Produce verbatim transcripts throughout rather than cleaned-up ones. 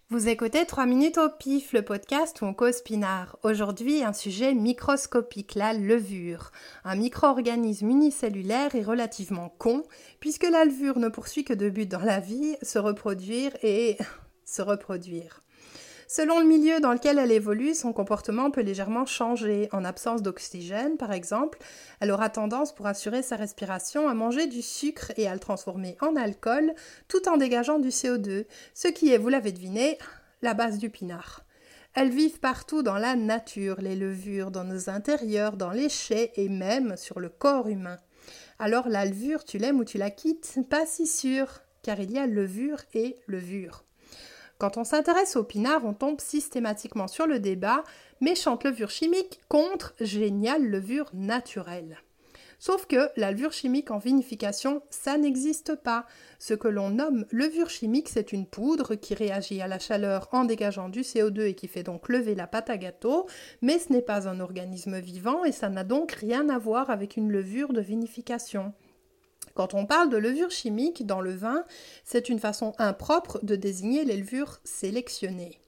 Vous écoutez trois minutes au pif, le podcast où on cause pinard. Aujourd'hui, un sujet microscopique, la levure. Un micro-organisme unicellulaire et relativement con, puisque la levure ne poursuit que deux buts dans la vie, se reproduire et se reproduire. Selon le milieu dans lequel elle évolue, son comportement peut légèrement changer. En absence d'oxygène, par exemple, elle aura tendance, pour assurer sa respiration, à manger du sucre et à le transformer en alcool, tout en dégageant du C O deux, ce qui est, vous l'avez deviné, la base du pinard. Elles vivent partout dans la nature, les levures, dans nos intérieurs, dans les chais et même sur le corps humain. Alors la levure, tu l'aimes ou tu la quittes? Pas si sûr, car il y a levure et levure. Quand on s'intéresse au pinard, on tombe systématiquement sur le débat « méchante levure chimique contre géniale levure naturelle ». Sauf que la levure chimique en vinification, ça n'existe pas. Ce que l'on nomme levure chimique, c'est une poudre qui réagit à la chaleur en dégageant du C O deux et qui fait donc lever la pâte à gâteau, mais ce n'est pas un organisme vivant et ça n'a donc rien à voir avec une levure de vinification. Quand on parle de levure chimique dans le vin, c'est une façon impropre de désigner les levures sélectionnées.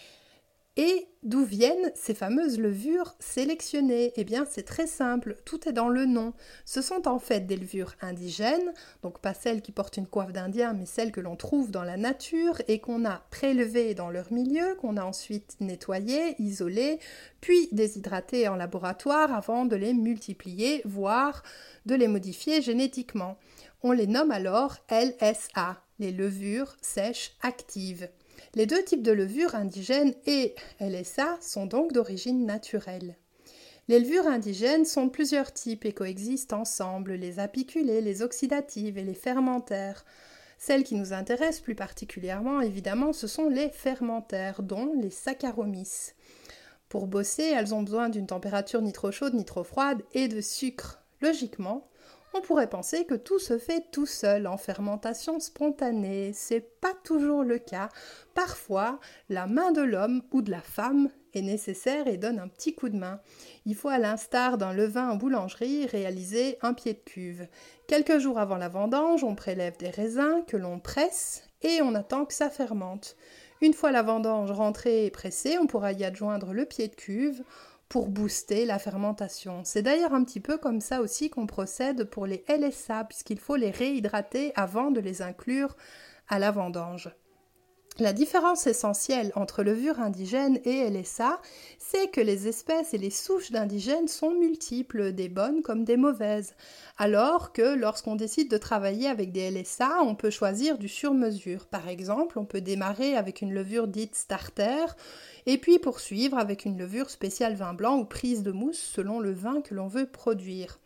Et d'où viennent ces fameuses levures sélectionnées? Eh bien, c'est très simple, tout est dans le nom. Ce sont en fait des levures indigènes, donc pas celles qui portent une coiffe d'Indien, mais celles que l'on trouve dans la nature et qu'on a prélevées dans leur milieu, qu'on a ensuite nettoyées, isolées, puis déshydratées en laboratoire avant de les multiplier, voire de les modifier génétiquement. On les nomme alors L S A, les levures sèches actives. Les deux types de levures, indigènes et L S A, sont donc d'origine naturelle. Les levures indigènes sont de plusieurs types et coexistent ensemble, les apiculées, les oxydatives et les fermentaires. Celles qui nous intéressent plus particulièrement, évidemment, ce sont les fermentaires, dont les Saccharomyces. Pour bosser, elles ont besoin d'une température ni trop chaude ni trop froide et de sucre. Logiquement, on pourrait penser que tout se fait tout seul en fermentation spontanée. C'est pas toujours le cas. Parfois, la main de l'homme ou de la femme est nécessaire et donne un petit coup de main. Il faut, à l'instar d'un levain en boulangerie, réaliser un pied de cuve. Quelques jours avant la vendange, on prélève des raisins que l'on presse et on attend que ça fermente. Une fois la vendange rentrée et pressée, on pourra y adjoindre le pied de cuve pour booster la fermentation. C'est d'ailleurs un petit peu comme ça aussi qu'on procède pour les L S A, puisqu'il faut les réhydrater avant de les inclure à la vendange. La différence essentielle entre levure indigène et L S A, c'est que les espèces et les souches d'indigènes sont multiples, des bonnes comme des mauvaises, alors que lorsqu'on décide de travailler avec des L S A, on peut choisir du sur-mesure. Par exemple, on peut démarrer avec une levure dite starter, et puis poursuivre avec une levure spéciale vin blanc ou prise de mousse selon le vin que l'on veut produire.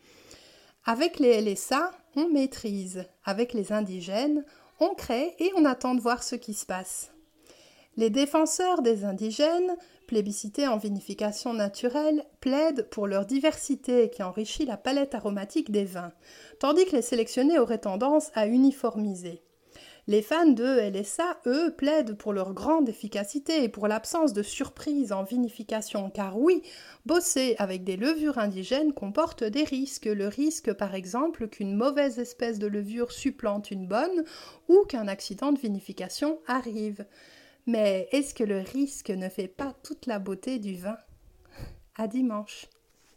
Avec les L S A, on maîtrise. Avec les indigènes, on crée et on attend de voir ce qui se passe. Les défenseurs des indigènes, plébiscités en vinification naturelle, plaident pour leur diversité qui enrichit la palette aromatique des vins, tandis que les sélectionnés auraient tendance à uniformiser. Les fans de L S A, eux, plaident pour leur grande efficacité et pour l'absence de surprise en vinification, car oui, bosser avec des levures indigènes comporte des risques. Le risque, par exemple, qu'une mauvaise espèce de levure supplante une bonne ou qu'un accident de vinification arrive. Mais est-ce que le risque ne fait pas toute la beauté du vin? À dimanche.